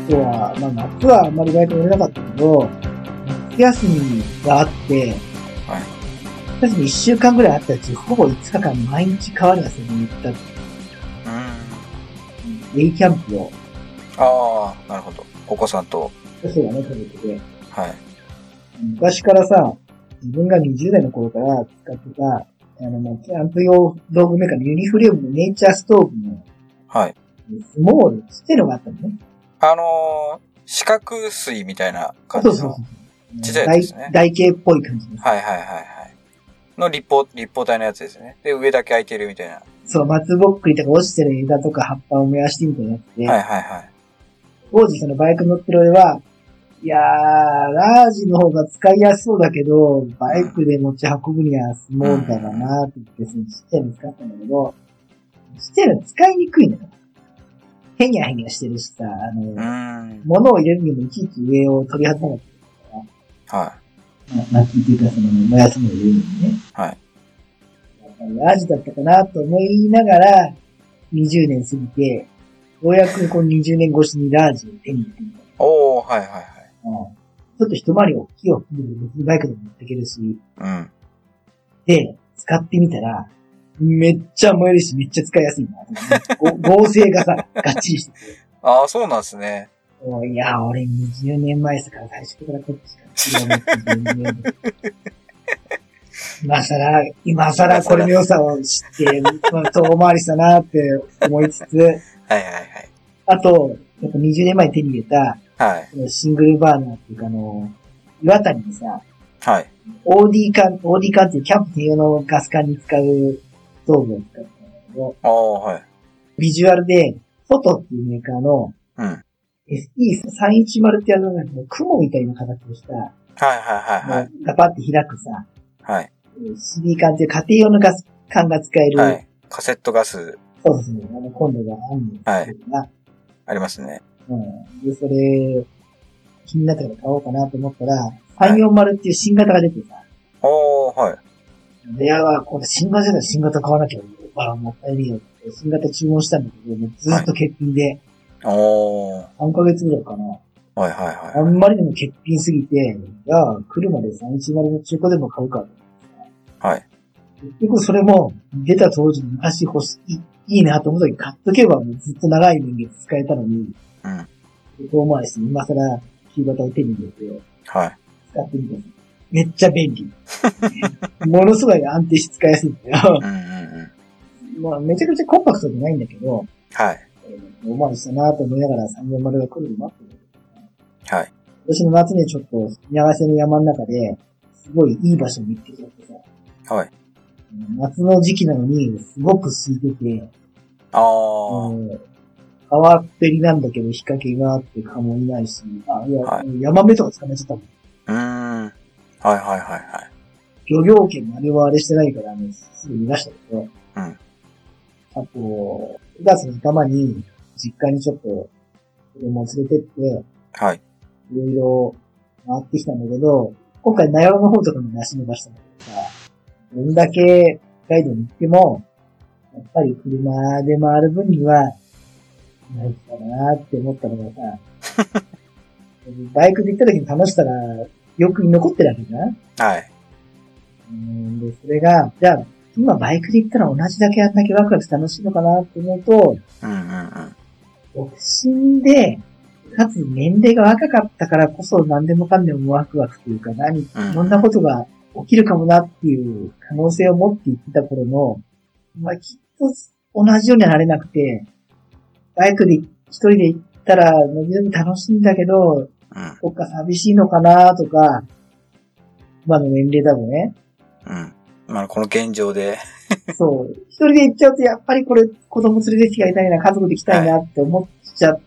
とは、まあ夏はあんまりバイク乗れなかったけど、夏休みがあって、 はい。 夏休み1週間ぐらいあったやつ、ほぼ5日間毎日川に遊びに行った。デイキャンプを。 ああ、なるほど。お子さんと。 そうだね、家族で。 はい。 昔からさ、自分が20代の頃から使ってた、キャンプ用道具メーカーのユニフレームのネイチャーストーブの、 はい。 スモールっていうのがあったのね。 四角錐みたいな感じの。ちっちゃいやつですね。 台形っぽい感じです。 はいはいはいはい。の立方体のやつですね。で、上だけ空いてるみたいな。 そう、松ぼっくりとか落ちてる枝とか葉っぱを燃やしてみたいなやつで。 はいはいはい。 当時そのバイク乗ってる俺は、いやー、ラージの方が使いやすそうだけど、バイクで持ち運ぶにはスモールだろうなーって言って、そのちっちゃいの使ったんだけど、ちっちゃいの使いにくいのよ。へにゃへにゃしてるしさ、物を入れるにもいちいち上を取り外さなかったから。はい。薪っていうかその燃やすのを入れるのにね。 はい。 ラージだったかなと思いながら、20年過ぎて、ようやくこの20年越しにラージを手に入れてみた。 おー、はいはいはい。 ちょっと一回り大きいを含めて別にバイクでも持っていけるし。 うん。で、 使ってみたら、めっちゃ燃えるし、めっちゃ使いやすいな。合成がさ、がっちりしてて。 ああ、そうなんですね。 いや、俺20年前ですから最初からこっちから今更これの良さを知って、遠回りしたなって思いつつ、はいはいはい。 あと、やっぱ20年前に手に入れた、 はい。 シングルバーナーっていうか岩谷にさ、 はい。 OD 缶っていうキャンプ専用のガス管に使うストーブを使ったんだけど、 はい。 ビジュアルで、フォトっていうメーカーの、 うん。 ST310 ってやつなんだけど、雲みたいな形をした、はいはいはい。 ガパって開くさ、 はい。 CD 缶っていう家庭用のガス管が使える。はい。 カセットガス。 そうですね。コンロがあるんですけど、はい。 ありますね。 うん。で、それ、気になったから買おうかなと思ったら、340っていう新型が出てさ。 はい。 いや、これ新型じゃない新型買わなきゃもったいねえよって、新型注文したんだけど、ずっと欠品で。3ヶ月ぐらいかな。はいはいはい。あんまりにも欠品すぎて、じゃあ、来るまで310の中古でも買うかと思って。はい。結局それも、出た当時に昔いいなと思った時買っとけばもうずっと長い年月使えたのに、うん。遠回りして今更旧型を手に入れて、はい。使ってみた。めっちゃ便利。ものすごい安定して使いやすいんだよ。まあ、めちゃくちゃコンパクトじゃないんだけど、はい。遠回りしたなと思いながら340が来るの待ってる。はい。今年の夏にちょっと、長瀬の山の中で、すごいいい場所に見つけちゃってさ。はい。夏の時期なのに、すごく空いてて、川っぺりなんだけど、日陰があって蚊もいないし、はい、ヤマメとか捕まえちゃったもん。はいはいはいはい。漁業権のあれはあれしてないから、すぐ逃がしたけど、うん。あと、9月の頭に、実家にちょっと、子供を連れてって、はい。いろいろ回ってきたんだけど、今回、名寄の方とかも足伸ばしたんだけどさ、どんだけガイドに行っても、やっぱり車で回る分には、ないかなって思ったのがさ、バイクで行った時に楽しさがよく残ってるわけじゃん。はい。で、それが、じゃあ、今バイクで行ったら同じだけあんだけワクワク楽しいのかなって思うと、独身で、かつ年齢が若かったからこそ何でもかんでもワクワクというかいろんなことが起きるかもなっていう可能性を持っていってた頃の、まあ、きっと同じようにはなれなくて、バイクで一人で行ったらのびのび楽しいんだけど、どっか寂しいのかなとか、今の年齢だとね。うん。まあ、この現状で。そう。一人で行っちゃうと、やっぱりこれ子供連れてきてやりたいな、家族で行きたいなって思っちゃって、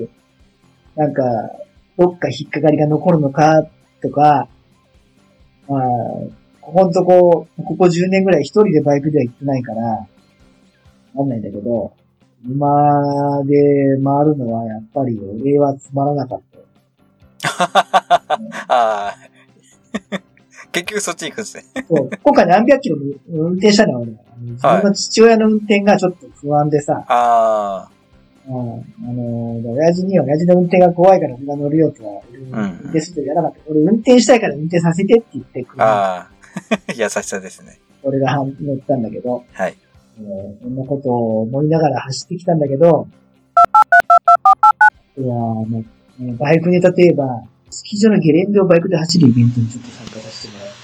なんか、どっか引っかかりが残るのか、とか、まあ、ここ10年ぐらい一人でバイクでは行ってないから、わかんないんだけど、車で回るのはやっぱり俺はつまらなかった。ああ。結局そっち行くんですね。そう。今回何百キロ運転したのは俺。自分の父親の運転がちょっと不安でさ。ああ。 親父の運転が怖いから俺が乗るよとは、運転するとやらなかった。俺運転したいから運転させてって言ってくれる。 ああ、優しさですね。 俺が乗ったんだけど。 はい。 そんなことを思いながら走ってきたんだけど、いやバイクに例えば、スキー場のゲレンデをバイクで走るイベントにちょっと参加させてもらって。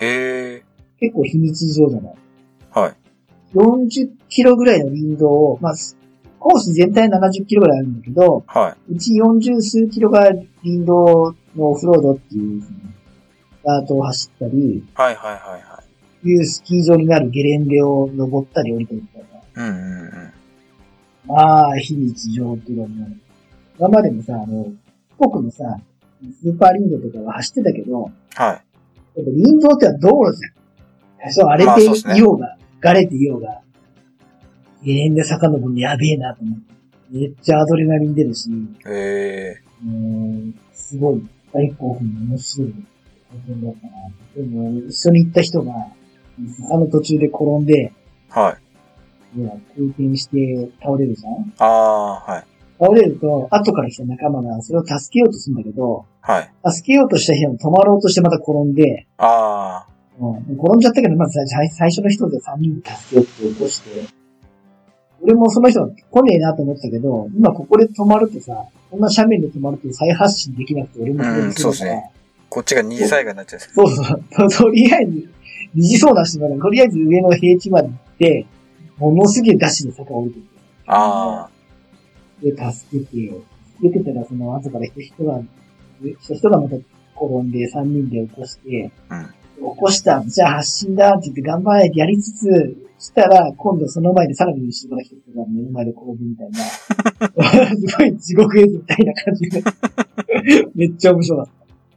へえ。 結構非日常じゃない？ はい。 40キロぐらいの林道を、まあ、コース全体70キロぐらいあるんだけど、 はい。 うち40数キロが林道のオフロードっていう、ダートを走ったり、 はいはいはいはい。 いうスキー場になるゲレンデを登ったり降りたりみたいな。うんうんうん。 まあ、非日常っていうのはもう、今までもさ、四国のさ、スーパー林道とかは走ってたけど、 はい。 林道ってのは道路じゃん。最初荒れていようが、がれていようが、ゲレンデ遡るのやべえなと思って。めっちゃアドレナリン出るし、すごい大興奮面白い体験だったな。でも、一緒に行った人が、途中で転んで、 はい。 空転して倒れるじゃん？ ああ、はい。 倒れると、後から来た仲間がそれを助けようとするんだけど、 はい。 助けようとした人も止まろうとしてまた転んで、 ああ。 転んじゃったけど、まず最初の人で3人で助けようって起こして、俺もその人が来ねえなと思ってたけど、今ここで止まるとさ、こんな斜面で止まると再発進できなくて俺もそうですね。こっちが二次災害になっちゃう。 そう。とりあえず、二次遭難してもらう。とりあえず上の平地まで行って、ものすげえダッシュで坂降りてて。 ああ。 で、助けてたらその後から人がまた転んで3人で起こして、起こした、じゃあ発進だって言って頑張れってやりつつ、したら、今度その前でさらに後ろから人が目の前で転ぶみたいな。すごい地獄絵図みたいな感じで。めっちゃ面白かった。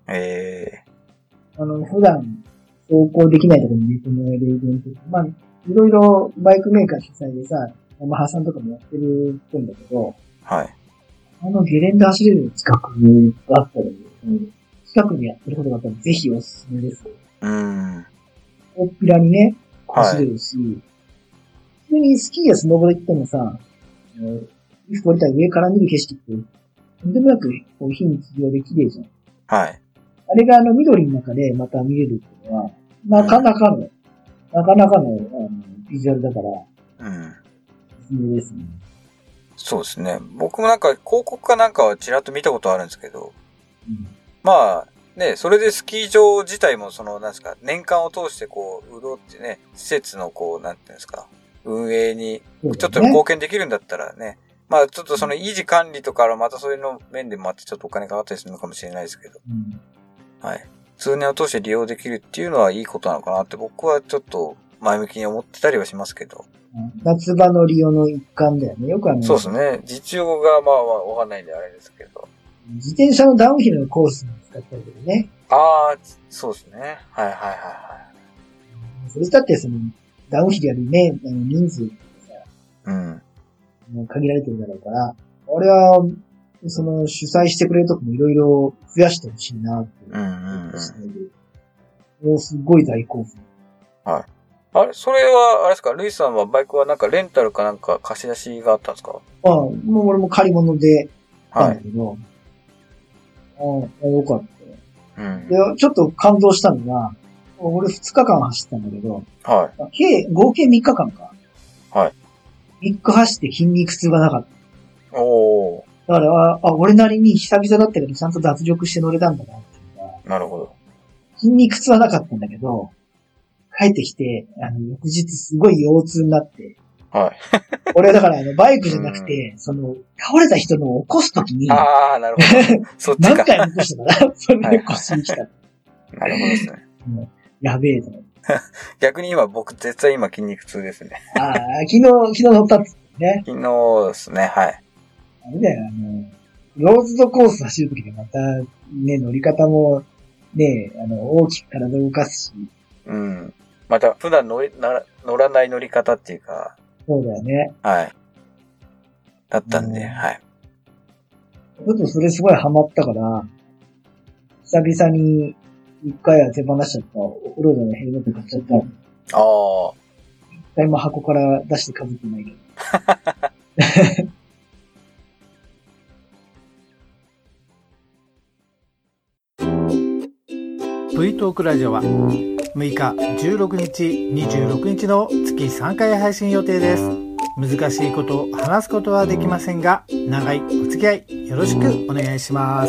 普段、走行できないところに入れてもらえるイベント。まあ、いろいろバイクメーカー主催でさ、ヤマハさんとかもやってるっぽいんだけど、 はい。 ゲレンデ走れる近くがあったら、近くにやってることがあったらぜひおすすめです。大っぴらにね、走れるし、普通にスキーやスノボで行ってもさ、リフト降りたら上から見る景色って、とんでもなく非日常で綺麗じゃん。 はい。 あれが緑の中でまた見れるっていうのは、なかなかのビジュアルだから、おすすめですね。 そうですね。僕もなんか広告かなんかはちらっと見たことあるんですけど、まあ、ね、それでスキー場自体もなんですか、年間を通して潤ってね、施設のなんていうんですか、運営にちょっと貢献できるんだったらね、まあちょっとその維持管理とかまたそういうの面でもあってちょっとお金かかったりするのかもしれないですけど、はい。通年を通して利用できるっていうのはいいことなのかなって僕はちょっと前向きに思ってたりはしますけど。 夏場の利用の一環だよね。よくそうですね。実用がまあわかんないんであれですけど。 自転車のダウンヒルのコースに使ったりとかね。 ああ、そうですね。はい。 それだってダウンヒルやるね、人数ってさ、限られてるだろうから、俺は、主催してくれるとこもいろいろ増やしてほしいなって。もうすごい大興奮。 はい。あれそれは、あれですかルイさんはバイクはなんかレンタルかなんか貸し出しがあったんですか？ もう俺も借り物でたんだけど、よかった。で、ちょっと感動したのが、俺2日間走ったんだけど、合計3日間か。3日走って筋肉痛がなかった。だから、俺なりに久々だったけど、ちゃんと脱力して乗れたんだなっていうか。 なるほど。 筋肉痛はなかったんだけど、帰ってきて、翌日すごい腰痛になって。俺だからバイクじゃなくて、倒れた人の起こすときに。 なるほど。そっちか。 何回も起こしたから、それで腰に来た。 なるほどですね。 やべえと思って。 逆に僕絶対今筋肉痛ですね。 昨日乗ったんですね。 昨日ですね、はい。 あれだよ、ローズドコース走るときでまた、ね、乗り方も、ね、大きく体を動かすし。 また、普段乗らない乗り方っていうか。 そうだよね。 はい。だったんで、はい。 ちょっとそれすごいハマったから、久々に一回は手放しちゃったオフロードのヘルメット買っちゃった。一回も箱から出してかぶってないけど。 V トークラジオは6日、16日、26日の月3回配信予定です。難しいことを話すことはできませんが、長いお付き合いよろしくお願いします。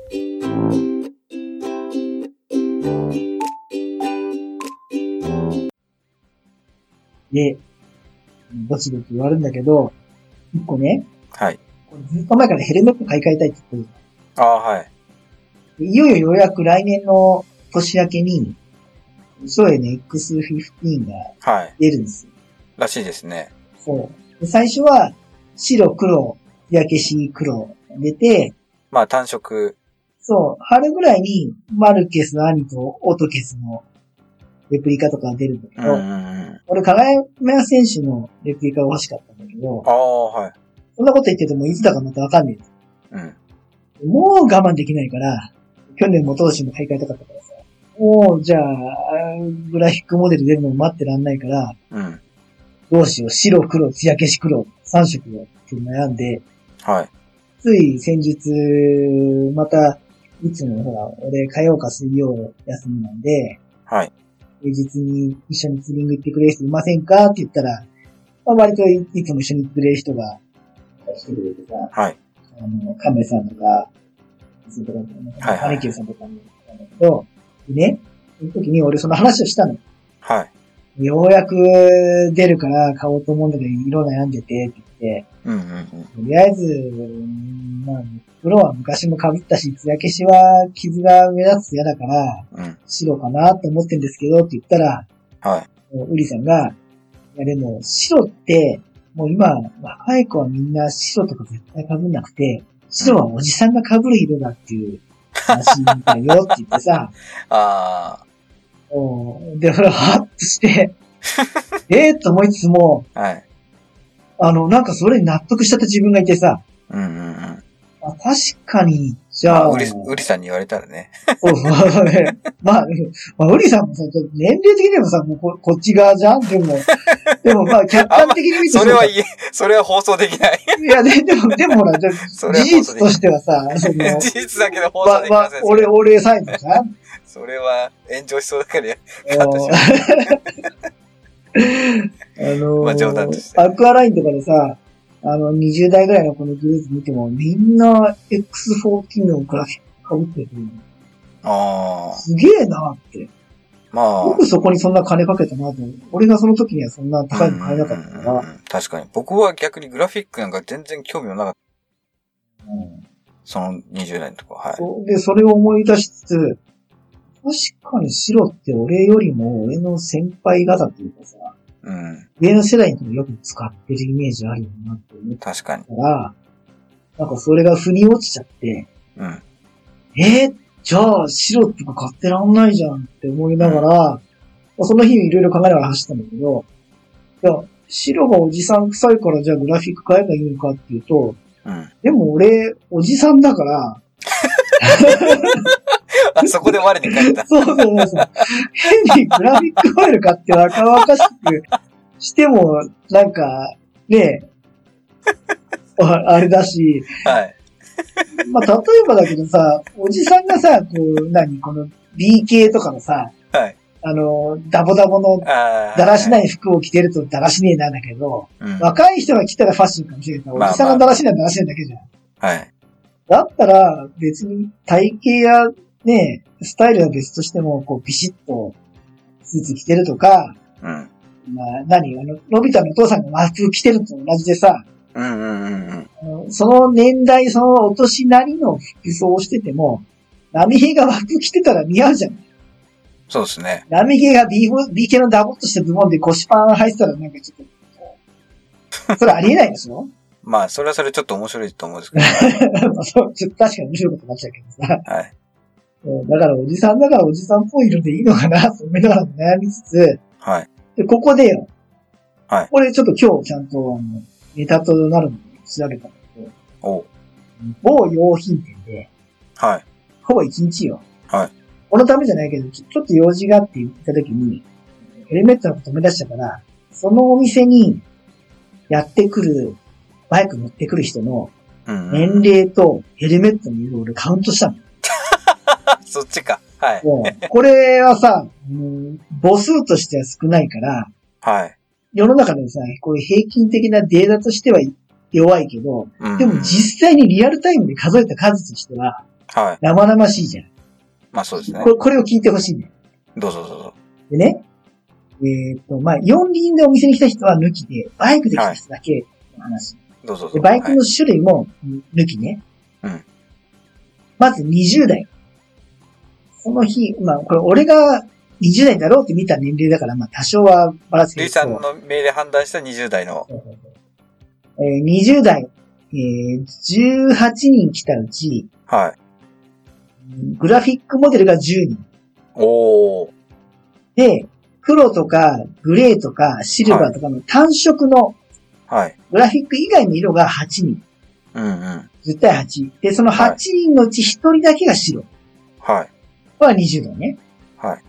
で、ぼちぼち言われるんだけど、一個ね。 はい。 ずっと前からヘルメット買い替えたいって言ってる。 ああ、はい。 いよいよようやく来年の年明けに、ソエの X15 が出るんですよ。 らしいですね。 そう。で最初は、白、黒、日焼けし黒出て、 まあ単色。 そう。春ぐらいに、マルケス、アニとオトケスのレプリカとか出るんだけど、俺、鏡山選手のレプリカが欲しかったんだけど、 ああ、はい。 そんなこと言っててもいつだかまたわかんねえ。もう我慢できないから、去年も当時も買い替えたかったからさ、もう、じゃあ、グラフィックモデル出るの待ってらんないから、どうしよう、白、黒、艶消し黒、3色って悩んで、 はい。 つい先日、また、いつもほら、俺火曜か水曜休みなんで、 はい。 平日に一緒にツーリング行ってくれる人いませんかって言ったら、まあ、割といつも一緒に行ってくれる人が来てくれてさ、 はい。 カメさんとか、そうとか、マネキューさんとかもなんだけど、でね、その時に俺その話をしたの。 はい。 ようやく出るから買おうと思うんだけど、色悩んでて、って言って、とりあえず、まあ、黒は昔も被ったし、艶消しは傷が目立つと嫌だから、白かなと思ってんですけど、って言ったら、 はい。 ウリさんが、いやでも、白って、もう今、若い子はみんな白とか絶対被んなくて、白はおじさんが被る色だっていう話だよって言ってさ、 ああ。 で、俺はハッとして、と思いつつも、 はい。 なんかそれに納得しちゃった自分がいてさ、確かに、じゃあ、 ウリさんに言われたらね。 そうそうね。まあ、ウリさんもさ、年齢的にもさ、もうこっち側じゃんでもまあ、客観的に見てそれは放送できない。 いや、でもほら、事実としてはさ、 事実だけど放送できません。 俺サイドじゃんそれは炎上しそうだからまあ冗談として。 アクアラインとかでさ、20代ぐらいのこのグループ見ても、みんな X14 のグラフィック被ってる。すげえなって。 まあ。 僕そこにそんな金かけたなと。俺がその時にはそんな高いの買えなかったから。 確かに。僕は逆にグラフィックなんか全然興味もなかった。その20代のとこ、はい。 で、それを思い出しつつ、確かに白って俺よりも俺の先輩方っていうかさ、上の世代によく使ってるイメージあるよなって思ったから、 確かに。 なんかそれが腑に落ちちゃって、じゃあ白とか買ってらんないじゃんって思いながら、その日いろいろ考えながら走ったんだけど、いや、白がおじさん臭いからじゃあグラフィック変えばいいのかっていうと、でも俺、おじさんだから、 そこで我に返った。 そう。変にグラフィックファイル買って若々しくしても、なんか、ねあれだし、 はい。 まあ、例えばだけどさ、おじさんがさ、この B 系とかのさ、 はい。 ダボダボのだらしない服を着てるとだらしねえなんだけど、若い人が着たらファッションかもしれないけど、おじさんがだらしないだらしないだけじゃん。 はい。だったら、別に体型やね、スタイルは別としても、ビシッとスーツ着てるとか、まあ、のび太のお父さんが和服着てると同じでさ、その年代、そのお年なりの服装をしてても、波平が和服着てたら似合うじゃん。 そうですね。 波平が B 系のダボっとしたズボンで腰パン履いてたらなんかちょっと、それありえないでしょまあ、それはそれちょっと面白いと思うんですけど。 そう、確かに面白いことになっちゃうけどさ。 はい。 だからおじさんだからおじさんっぽい色でいいのかなと思いながら悩みつつ、 はい。 で、ここでよ。 はい。 これちょっと今日ちゃんとネタとなるのを調べたんだけど、某用品店で、 はい。 ほぼ1日よ。 はい。 このためじゃないけど、ちょっと用事があって言った時に、ヘルメットのこと思い出したから、そのお店にやってくる、バイク乗ってくる人の年齢とヘルメットの色を俺カウントしたの。 そっちか。 はい。 これはさ、母数としては少ないから、 はい。 世の中でさ、こういう平均的なデータとしては弱いけど、でも実際にリアルタイムで数えた数としては、はい。生々しいじゃん。 まあそうですね。 これを聞いてほしいね。 どうぞどうぞ。 でね、まあ、四輪でお店に来た人は抜きで、バイクで来た人だけの話。はい、 どうぞどうぞ。 でバイクの種類も抜きね。 はい、うん。 まず20代。その日、まあ、これ俺が20代だろうって見た年齢だから、まあ多少はばらつき。 ルイさんの命令判断した20代の。 20代、18人来たうち、 はい。 グラフィックモデルが10人。 おー。 で、黒とかグレーとかシルバーとかの単色の、 はい。 グラフィック以外の色が8人。 うんうん。 10対8。で、その8人のうち1人だけが白。 はい。 は20代ね。 はい。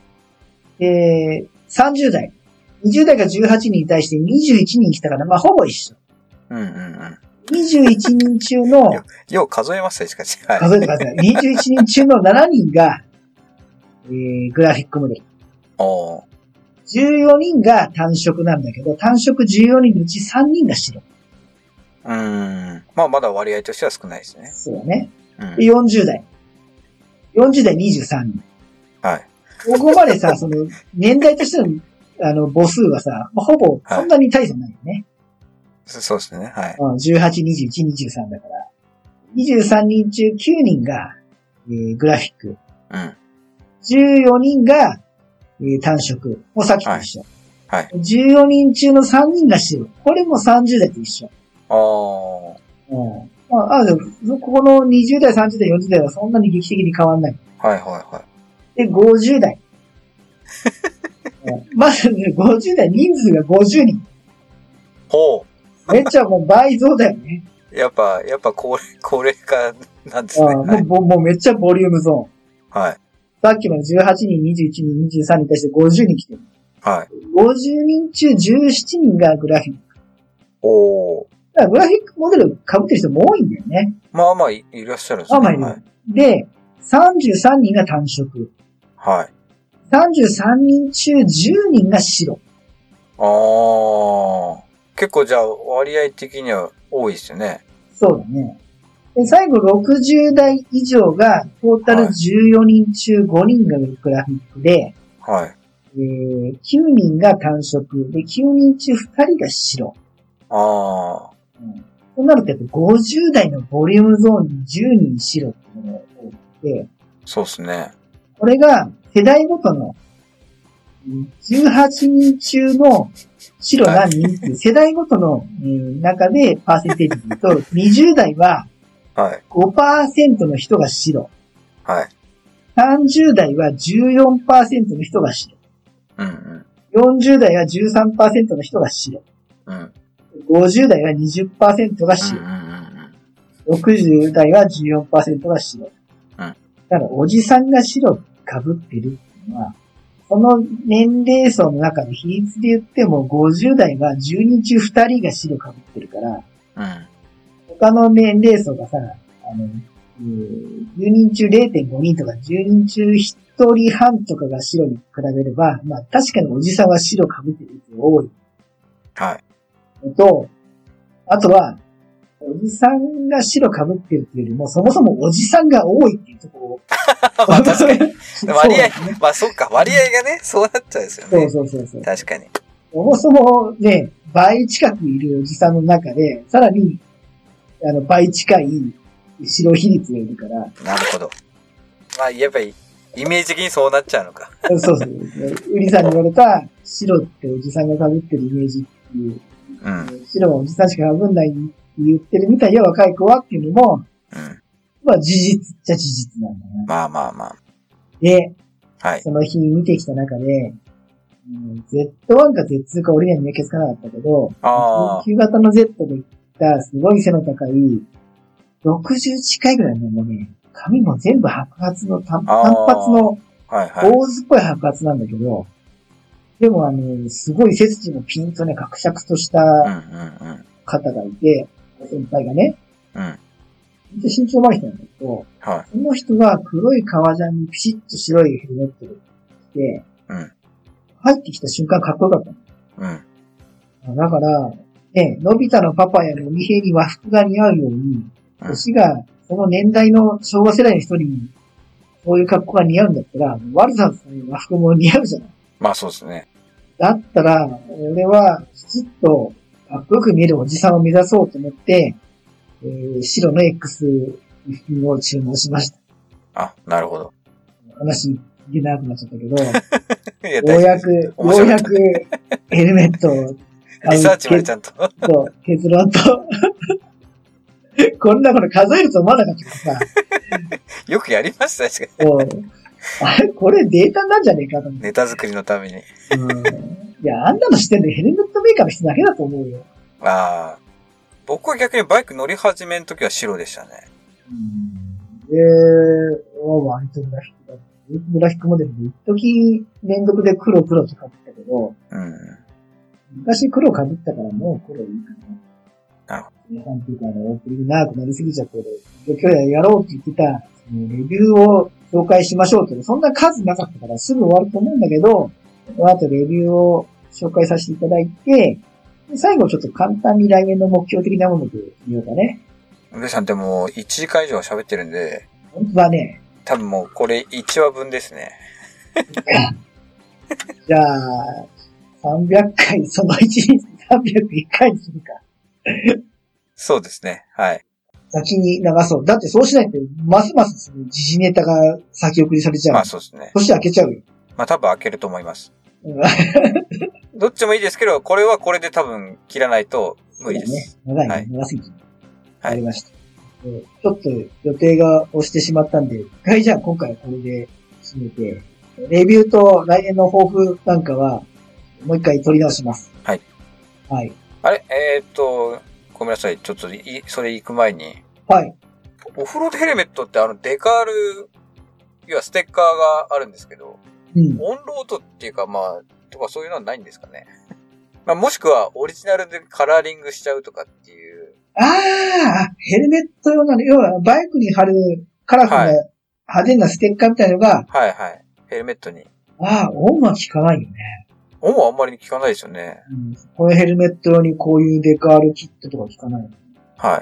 30代。20代が18人に対して21人来たから、まあ、ほぼ一緒。 うんうんうん。 21人中の、 よう数えますね、しかし。はい。 数えてください。21人中の7人が、グラフィックモデル。 おー。 14人が単色なんだけど、単色14人のうち3人が白。 まあ、まだ割合としては少ないですね。 そうだね。うん、40代。40代23人。 はい。 ここまでさ、その、年代としての、母数はさ、まあ、ほぼ、そんなに大差ないよね。 はい、そうですね。はい。 18、21、23だから。23人中9人が、グラフィック。 うん。 14人が、単色。もうさっきと一緒。 はい。 14人中の3人が白。これも30代と一緒。でもここの20代、30代、40代はそんなに劇的に変わんない。 はいはいはい。 で、50代。まずね、50代人数が50人。 ほう。めっちゃもう倍増だよね。 やっぱ高齢化なんですね。 はい、もうめっちゃボリュームゾーン。はい。 さっきの18人、21人、23人に対して50人来てる。 はい。 50人中17人がグラフィック。 おー。 だからグラフィックモデル被ってる人も多いんだよね。 まあまあいらっしゃるんですね。 まあまあいる。で、33人が単色。 はい。 33人中10人が白。 結構じゃあ割合的には多いですよね。 そうだね。で最後60代以上がトータル14人中5人がグラフィックで、 はい。 9人が単色で9人中2人が白。そうなるとやっぱ50代のボリュームゾーンに10人白っていうのが多くて、 そうですね。 これが世代ごとの18人中の白何人っていう世代ごとの中でパーセンテージで言うと、20代は 5% の人が白。 はい。 30代は 14% の人が白。 うんうん。40代は 13% の人が白。 うん。 50代は 20% が白。60代は 14% が白。だからおじさんが白被ってるっていうのは、この年齢層の中の比率で言っても50代は10人中2人が白被ってるから、他の年齢層がさ、10人中 0.5 人とか10人中1人半とかが白に比べれば、まあ確かにおじさんは白被ってる人が多い。 はい。 あとは、おじさんが白被ってるっていうよりも、そもそもおじさんが多いっていうところ。 まあ確かに。割合、まあそっか、割合がね、そうなっちゃうんですよね。 そう。 確かに。 そもそもね、倍近くいるおじさんの中で、さらに、倍近い白比率がいるから。 なるほど。まあやっぱり、イメージ的にそうなっちゃうのか。 そう。ウリさんに言われた、白っておじさんが被ってるイメージっていう。白はおじさんしか被んないって言ってるみたいよ、若い子はっていうのも、まあ事実っちゃ事実なんだな。 まあ。 で、 はい。 その日見てきた中で、Z1 か Z2 か俺には見分けつかなかったけど、旧型の Z で来たすごい背の高い、60近いぐらいのもうね、髪も全部白髪の単発の、坊主っぽい白髪なんだけど、でもすごい背筋もピンとね、カクシャクとした方がいて、先輩がね。 身長前人なんだけど、 はい。 その人が黒い革ジャンにピシッと白いヘルメットを着て、 うん。 入ってきた瞬間かっこよかったの。 うん。だから、ね、のび太のパパやのみへいに和服が似合うように、年が、その年代の昭和世代の人に、そういう格好が似合うんだったら、ワルさんの和服も似合うじゃない。 まあそうですね。 だったら、俺は、きちっと、かっこよく見えるおじさんを目指そうと思って、白の X 服を注文しました。 あ、なるほど。 話、出なくなっちゃったけど、 ようやくヘルメットをリサーチまでちゃんと。 そう、結論と、こんなこと数えると思わなかったからさ。 よくやりました、確かに。あれ、これデータなんじゃねえかと思って。 ネタ作りのために。いや、あんなのしてんのヘルメットメーカーの人だけだと思うよ。 ああ。僕は逆にバイク乗り始めの時は白でしたね。 割とグラフィックだ。グラフィックモデルで一時連続で黒って買ってたけど、昔黒被ったからもう黒いいかな。 なるほど。なんていうかオープニング長くなりすぎちゃって、今日やろうって言ってた、レビューを紹介しましょうって、そんな数なかったからすぐ終わると思うんだけど、あとレビューを紹介させていただいて、最後ちょっと簡単に来年の目標的なもので見ようかね。 上さんってもう1時間以上喋ってるんで。 本当だね。 多分もうこれ1話分ですね。 じゃあ、300回、その1日301回にするか。 そうですね。はい。 先に流そう。だってそうしないと、ますます時事ネタが先送りされちゃう。 まあそうですね。 そして開けちゃうよ。 まあ多分開けると思います。どっちもいいですけど、これはこれで多分切らないと無理です。 ね、長いね。はい、長すぎて。わかりました。ちょっと予定が押してしまったんで、一回じゃあ今回はこれで締めて、レビューと来年の抱負なんかは、もう一回取り直します。 はい。 はい。 あれごめんなさい。ちょっとそれ行く前に。 はい。 オフロードヘルメットってデカール、要はステッカーがあるんですけど、オンロードっていうかまあ、とかそういうのはないんですかね。まあもしくはオリジナルでカラーリングしちゃうとかっていう。 ヘルメット用なの、要はバイクに貼るカラフルな派手なステッカーみたいなのが。 はいはい。ヘルメットに。 オンは効かないよね。 オンはあんまり効かないですよね。 このヘルメット用にこういうデカールキットとか効かない。 はい。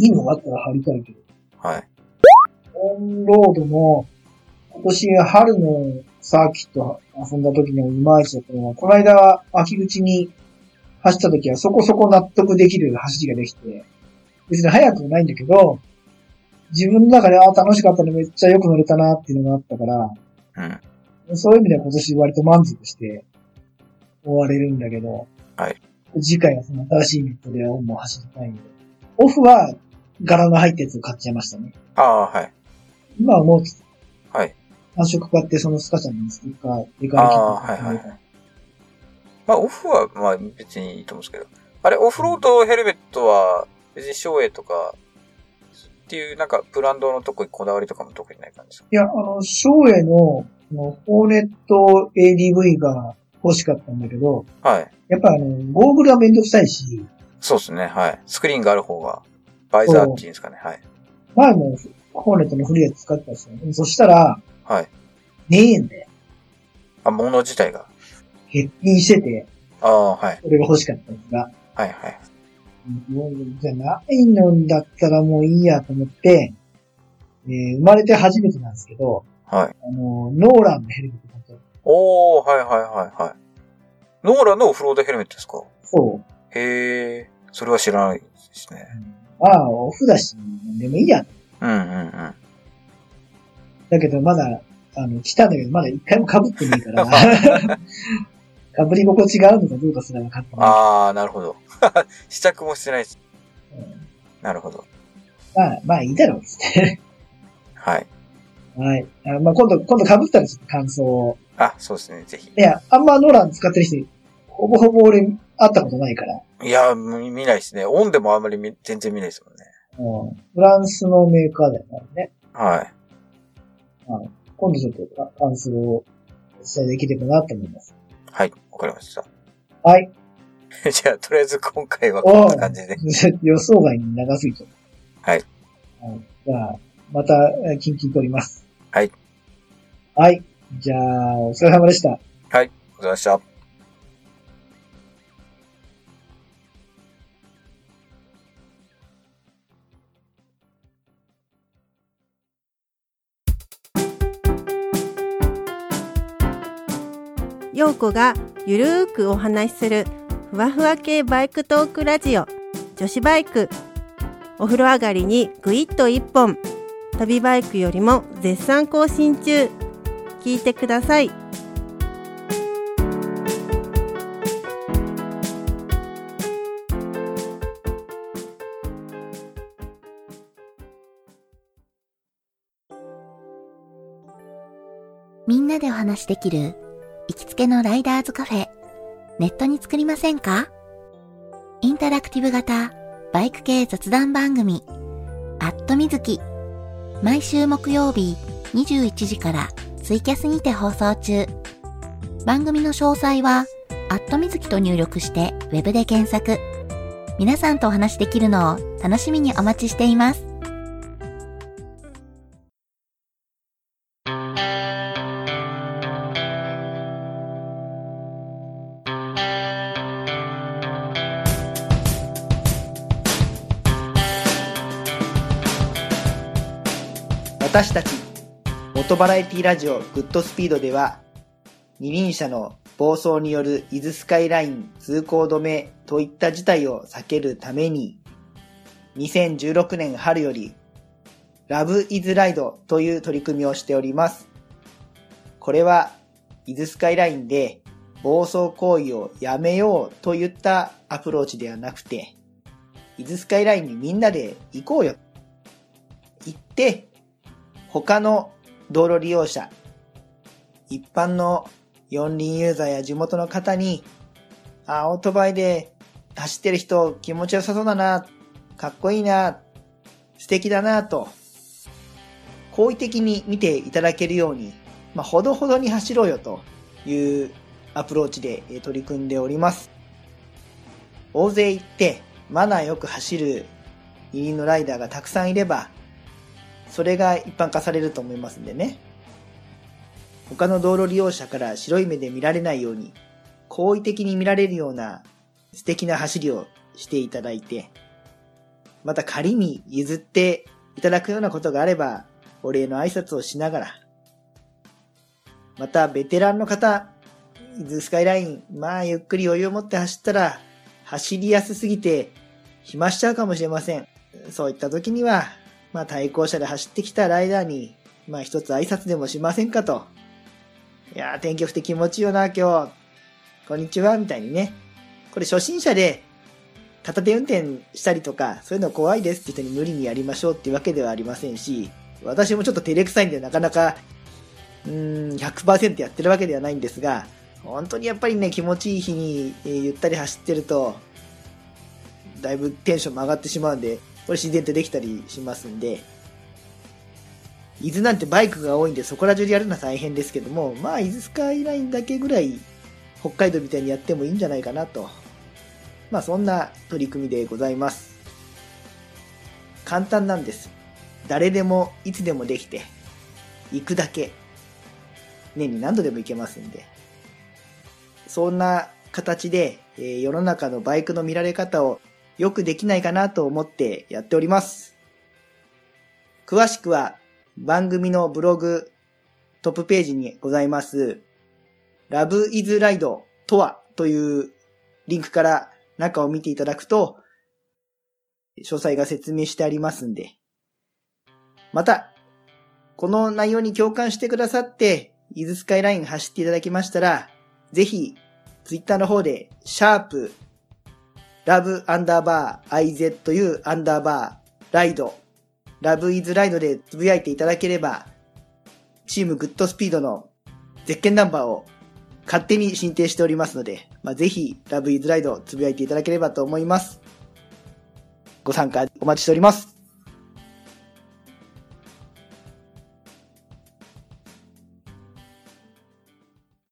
いいのがあったら貼りたいけど。 はい。 オンロードも、今年春のサーキット遊んだ時のいまいちだったのは、この間秋口に走った時はそこそこ納得できる走りができて、別に速くはないんだけど、自分の中で楽しかったのめっちゃよく乗れたなっていうのがあったから、そういう意味では今年割と満足して終われるんだけど、 はい。 次回はその新しいネットでオンも走りたいんで、オフは柄の入ったやつを買っちゃいましたね。 はい。 今はもう、 はい。 単色買ってそのスカちゃんのステッカー、デカールキットはい。まあオフはまあ別にいいと思うんですけど、あれオフロードヘルメットは別に照英とかっていうなんかブランドのとこにこだわりとかも特にない感じですか？ いや、照英のホーネット ADV が欲しかったんだけど、 はい。 やっぱゴーグルはめんどくさいし。 そうですね、はい。スクリーンがある方が、バイザーっていうんですかね、はい。 前もホーネットの古いやつ使ってたんですよ。そしたら、 はい。 ねえんだよ。 物自体が。 欠品してて。 はい。 それが欲しかったんですが。 はいはい。 じゃないのだったらもういいやと思って、生まれて初めてなんですけど、 はい。 ノーランのヘルメット買った。 はい。ノーランのオフロードヘルメットですか？ そう。 へえ、それは知らないですね。 オフだし、でもいいや。 だけどまだ、来たんだけど、まだ一回も被ってねえから、被り心地があるのかどうかすら分かってない。 なるほど。試着もしてないし。なるほど。 まあいいだろう、つって。 はい。 はい。まあ今度被ったらちょっと感想を。 そうですね、ぜひ。 いや、あんまノーラン使ってる人、ほぼほぼ俺会ったことないから。 いや、見ないですね。オンでもあんまり全然見ないですもんね。フランスのメーカーだよね。 はい。 今度ちょっと感想をお伝えできればなと思います。 はい、わかりました。 はい。 じゃあ、とりあえず今回はこんな感じで。 予想外に長すぎちゃった。 はい。 はい。じゃあ、また、キンキン取ります。 はい。 はい。じゃあ、お疲れ様でした。 はい。お疲れ様でした。 陽子がゆるーくお話しするふわふわ系バイクトークラジオ女子バイク。お風呂上がりにぐいっと一本、旅バイクよりも絶賛更新中。聞いてください。 みんなでお話できる行きつけのライダーズカフェ、ネットに作りませんか？インタラクティブ型バイク系雑談番組みずき、毎週木曜日21時からツイキャスにて放送中。番組の詳細はみずきと入力してウェブで検索。皆さんとお話できるのを楽しみにお待ちしています。 私たちオートバラエティラジオグッドスピードでは、二輪車の暴走による伊豆スカイライン通行止めといった事態を避けるために、2016年春よりラブイズライドという取り組みをしております。これは伊豆スカイラインで暴走行為をやめようといったアプローチではなくて、伊豆スカイラインにみんなで行こうよ。行って他の道路利用者、一般の四輪ユーザーや地元の方に、オートバイで走ってる人気持ちよさそうだな、かっこいいな、素敵だなと、好意的に見ていただけるように、ほどほどに走ろうよというアプローチで取り組んでおります。大勢行ってマナーよく走る二輪のライダーがたくさんいれば、それが一般化されると思いますんでね。他の道路利用者から白い目で見られないように、好意的に見られるような素敵な走りをしていただいて、また仮に譲っていただくようなことがあれば、お礼の挨拶をしながら、またベテランの方、伊豆スカイライン、ゆっくり余裕を持って走ったら、走りやすすぎて暇しちゃうかもしれません。そういった時には、対向車で走ってきたライダーに、一つ挨拶でもしませんかと。いやー、天気良くて気持ちいいよな、今日。こんにちは、みたいにね。これ初心者で、片手運転したりとか、そういうの怖いですって人に無理にやりましょうっていうわけではありませんし、私もちょっと照れくさいんでなかなか、100% やってるわけではないんですが、本当にやっぱりね、気持ちいい日に、ゆったり走ってると、だいぶテンションも上がってしまうんで、これ自然とできたりしますんで、伊豆なんてバイクが多いんでそこら中でやるのは大変ですけども、伊豆スカイラインだけぐらい北海道みたいにやってもいいんじゃないかなと。そんな取り組みでございます。簡単なんです。誰でもいつでもできて、行くだけ。年に何度でも行けますんで。そんな形で、世の中のバイクの見られ方をよくできないかなと思ってやっております。詳しくは番組のブログトップページにございますLove is Ride とはというリンクから中を見ていただくと詳細が説明してありますんで、またこの内容に共感してくださって伊豆スカイライン走っていただきましたら、ぜひツイッターの方で#love_izu_ride Love is Ride でつぶやいていただければ、チームグッドスピードのゼッケンナンバーを勝手に申請しておりますので、ぜひ Love is Ride つぶやいていただければと思います。ご参加お待ちしております。